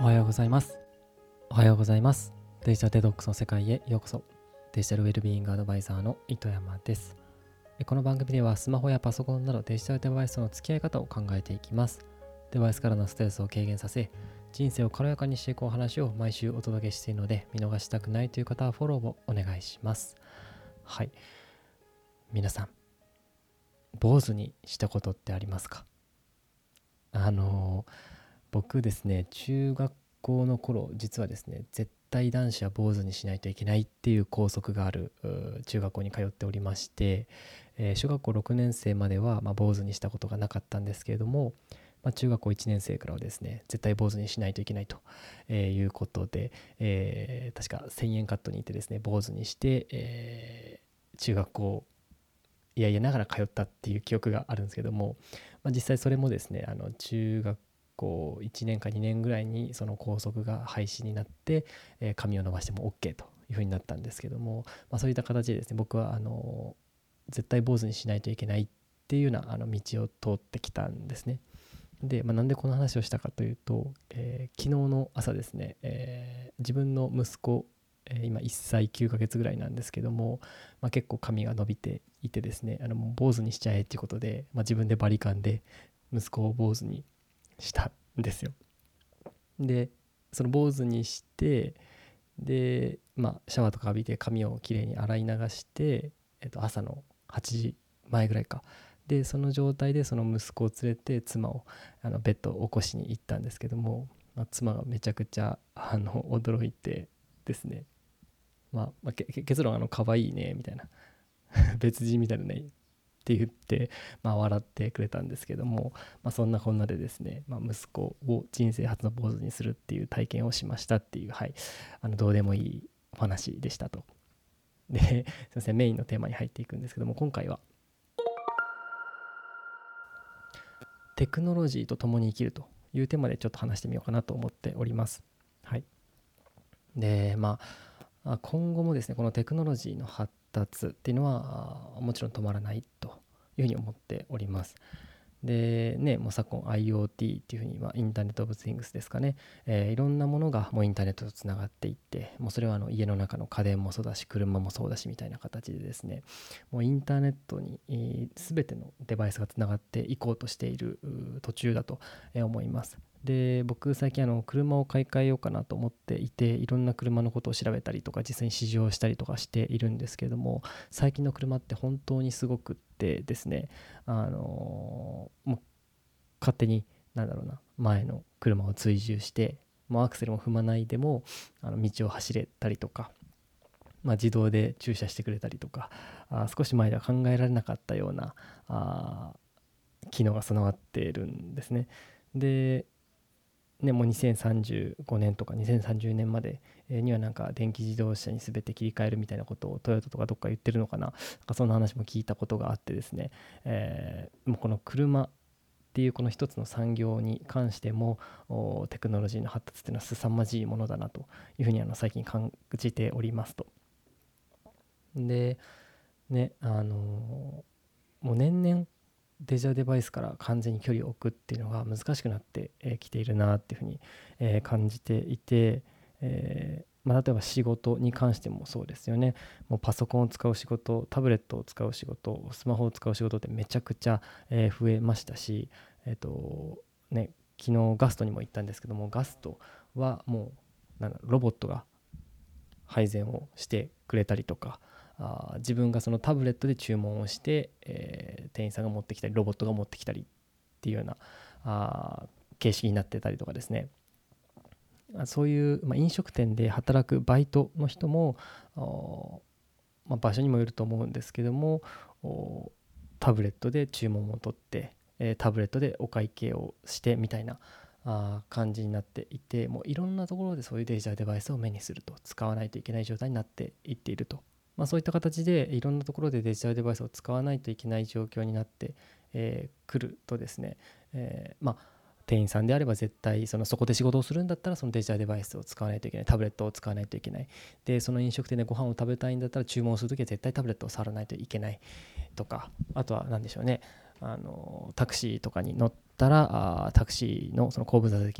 おはようございます。おはようございます。デジタルデトックスの世界へようこそ。デジタルウェルビーイングアドバイザーの糸山です。この番組ではスマホやパソコンなどデジタルデバイスとの付き合い方を考えていきます。デバイスからのストレスを軽減させ、人生を軽やかにしていくお話を毎週お届けしているので、見逃したくないという方はフォローをお願いします。はい。皆さん、坊主にしたことってありますか？僕ですね、中学校の頃、実はですね、絶対男子は坊主にしないといけないっていう校則がある中学校に通っておりまして、小学校6年生までは、坊主にしたことがなかったんですけれども、中学校1年生からはですね、絶対坊主にしないといけないということで、確か1000円カットに行ってですね、坊主にして、中学校いやいやながら通ったっていう記憶があるんですけども、実際それもですね、中学校1年か2年ぐらいにその校則が廃止になって、髪を伸ばしても OK というふうになったんですけども、そういった形でですね、僕は絶対坊主にしないといけないっていうような道を通ってきたんですね。で、なんでこの話をしたかというと、昨日の朝ですね、自分の息子、今1歳9ヶ月ぐらいなんですけども、結構髪が伸びていてですね、もう坊主にしちゃえっていうことで、自分でバリカンで息子を坊主にしたんですよ。で、その坊主にして、で、シャワーとか浴びて髪をきれいに洗い流して、朝の8時前ぐらいか。で、その状態でその息子を連れて妻をベッドを起こしに行ったんですけども、妻がめちゃくちゃ驚いてですね、結論可愛いねみたいな別人みたいなねって言って、笑ってくれたんですけども、そんなこんなでですね、息子を人生初の坊主にするっていう体験をしましたっていう、はい、どうでもいいお話でしたと。で、すいません、メインのテーマに入っていくんですけども、今回はテクノロジーと共に生きるというテーマでちょっと話してみようかなと思っております。はい。で、今後もですね、このテクノロジーの発達っていうのはもちろん止まらないというふうに思っております。でね、もう昨今 IoT っていうふうに、インターネット・オブ・シングスですかね、いろんなものがもうインターネットとつながっていって、もうそれは家の中の家電もそうだし車もそうだしみたいな形でですね、もうインターネットに、全てのデバイスがつながっていこうとしている途中だと思います。で、僕最近車を買い替えようかなと思っていて、いろんな車のことを調べたりとか実際に試乗したりとかしているんですけれども、最近の車って本当にすごくってですね、もう勝手に前の車を追従して、もうアクセルも踏まないでも道を走れたりとか、自動で駐車してくれたりとか、少し前では考えられなかったような機能が備わっているんですね。でね、もう2035年とか2030年までには電気自動車に全て切り替えるみたいなことをトヨタとかどっか言ってるのかな、そんな話も聞いたことがあってですね、もうこの車っていうこの一つの産業に関してもテクノロジーの発達っていうのは凄まじいものだなというふうに最近感じておりますと。でね、もう年々デジタルデバイスから完全に距離を置くっていうのが難しくなってきているなっていうふうに感じていて、例えば仕事に関してもそうですよね。もうパソコンを使う仕事、タブレットを使う仕事、スマホを使う仕事ってめちゃくちゃ増えましたし、ね、昨日ガストにも行ったんですけども、ガストはもうロボットが配膳をしてくれたりとか、自分がそのタブレットで注文をして、店員さんが持ってきたりロボットが持ってきたりっていうような形式になってたりとかですね、そういう、飲食店で働くバイトの人も場所にもよると思うんですけども、タブレットで注文を取って、タブレットでお会計をしてみたいな感じになっていて、もういろんなところでそういうデジタルデバイスを目にすると、使わないといけない状態になっていっていると、そういった形でいろんなところでデジタルデバイスを使わないといけない状況になってくるとですね、店員さんであれば絶対そこで仕事をするんだったらそのデジタルデバイスを使わないといけない、タブレットを使わないといけない。で、その飲食店でご飯を食べたいんだったら注文するときは絶対タブレットを触らないといけないとか、あとは何でしょうね、タクシーとかに乗ったらタクシーのその後部座席の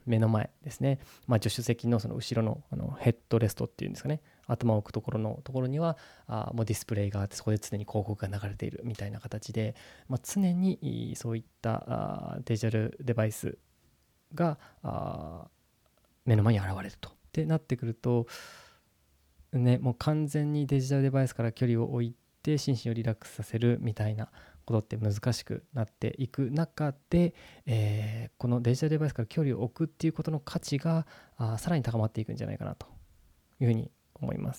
目の前ですね、助手席のその後ろの、ヘッドレストっていうんですかね、頭を置くところにはもうディスプレイがあって、そこで常に広告が流れているみたいな形で、常にそういったデジタルデバイスが目の前に現れると。ってなってくるとね、もう完全にデジタルデバイスから距離を置いて心身をリラックスさせるみたいなことって難しくなっていく中で、このデジタルデバイスから距離を置くっていうことの価値がさらに高まっていくんじゃないかなというふうに思います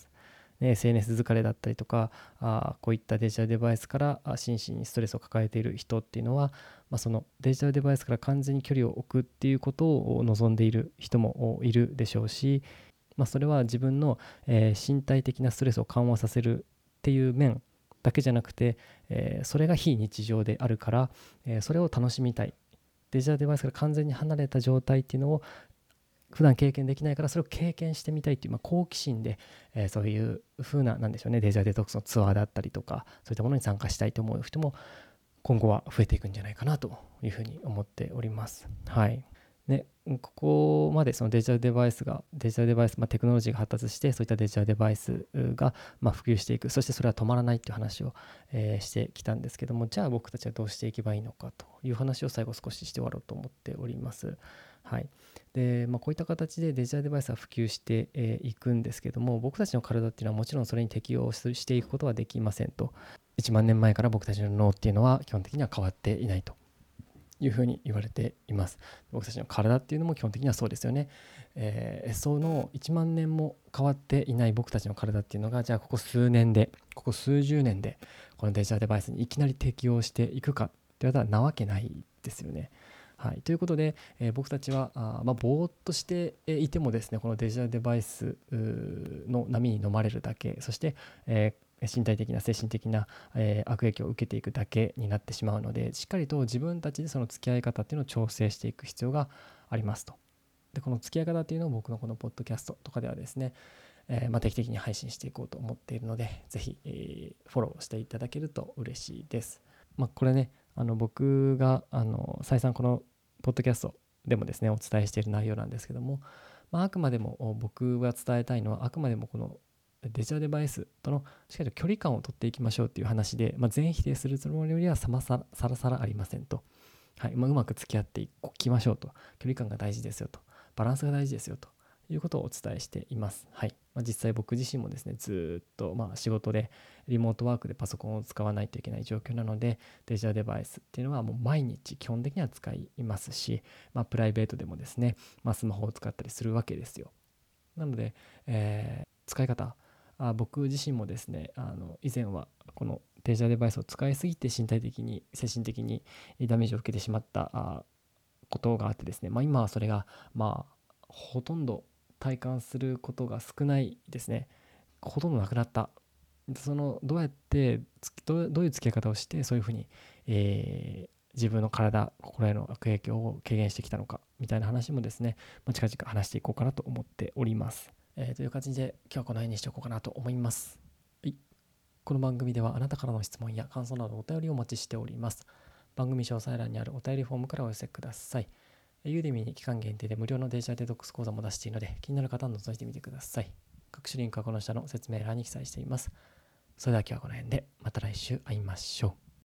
。SNS 疲れだったりとかこういったデジタルデバイスから心身にストレスを抱えている人っていうのは、そのデジタルデバイスから完全に距離を置くっていうことを望んでいる人もいるでしょうし、それは自分の、身体的なストレスを緩和させるっていう面だけじゃなくて、それが非日常であるから、それを楽しみたい、デジタルデバイスから完全に離れた状態っていうのを普段経験できないから、それを経験してみたいっていう、好奇心で、そういう風な、なんでしょうね、デジタルデトックスのツアーだったりとか、そういったものに参加したいと思う人も今後は増えていくんじゃないかなというふうに思っております。はい。ね、ここまでそのデジタルデバイス、テクノロジーが発達して、そういったデジタルデバイスが普及していく、そしてそれは止まらないっていう話を、してきたんですけども、じゃあ僕たちはどうしていけばいいのかという話を最後少しして終わろうと思っております。はい。で、こういった形でデジタルデバイスは普及していくんですけども、僕たちの体っていうのはもちろんそれに適応していくことはできませんと。1万年前から僕たちの脳っていうのは基本的には変わっていないというふうに言われています。僕たちの体っていうのも基本的にはそうですよね。その1万年も変わっていない僕たちの体っていうのが、じゃあここ数十年でこのデジタルデバイスにいきなり適応していくかって言われたらなわけないですよね。はい、ということで、僕たちはぼーっとしていてもですね、このデジタルデバイスの波に飲まれるだけ、そして、身体的な精神的な、悪影響を受けていくだけになってしまうので、しっかりと自分たちでその付き合い方っていうのを調整していく必要がありますと。でこの付き合い方っていうのを僕のこのポッドキャストとかではですね、定期的に配信していこうと思っているので、ぜひ、フォローしていただけると嬉しいです。これね、僕が再三このポッドキャストでもですねお伝えしている内容なんですけども、あくまでも僕が伝えたいのは、あくまでもこのデジタルデバイスとのしっかりと距離感を取っていきましょうという話で、全否定するつもりよりはさらさらありませんと。はい、うまく付き合っていきましょうと。距離感が大事ですよと。バランスが大事ですよということをお伝えしています。はい。実際僕自身もですね、ずっと仕事でリモートワークでパソコンを使わないといけない状況なので、デジタルデバイスっていうのはもう毎日基本的には使いますし、プライベートでもですね、スマホを使ったりするわけですよ。なので、使い方、僕自身もですね、以前はこのデジタルデバイスを使いすぎて身体的に精神的にダメージを受けてしまったことがあってですね、今はそれがほとんど体感することが少ないですね。ほとんどなくなった。どうやってどういう付き合い方をしてそういうふうに、自分の体心への悪影響を軽減してきたのかみたいな話もですね、近々話していこうかなと思っております。という感じで今日はこの辺にしておこうかなと思います。はい、この番組ではあなたからの質問や感想などお便りをお待ちしております。番組詳細欄にあるお便りフォームからお寄せください。ユーデミに期間限定で無料のデジタルデトックス講座も出しているので、気になる方は覗いてみてください。各種リンクはこの下の説明欄に記載しています。それでは今日はこの辺で、また来週会いましょう。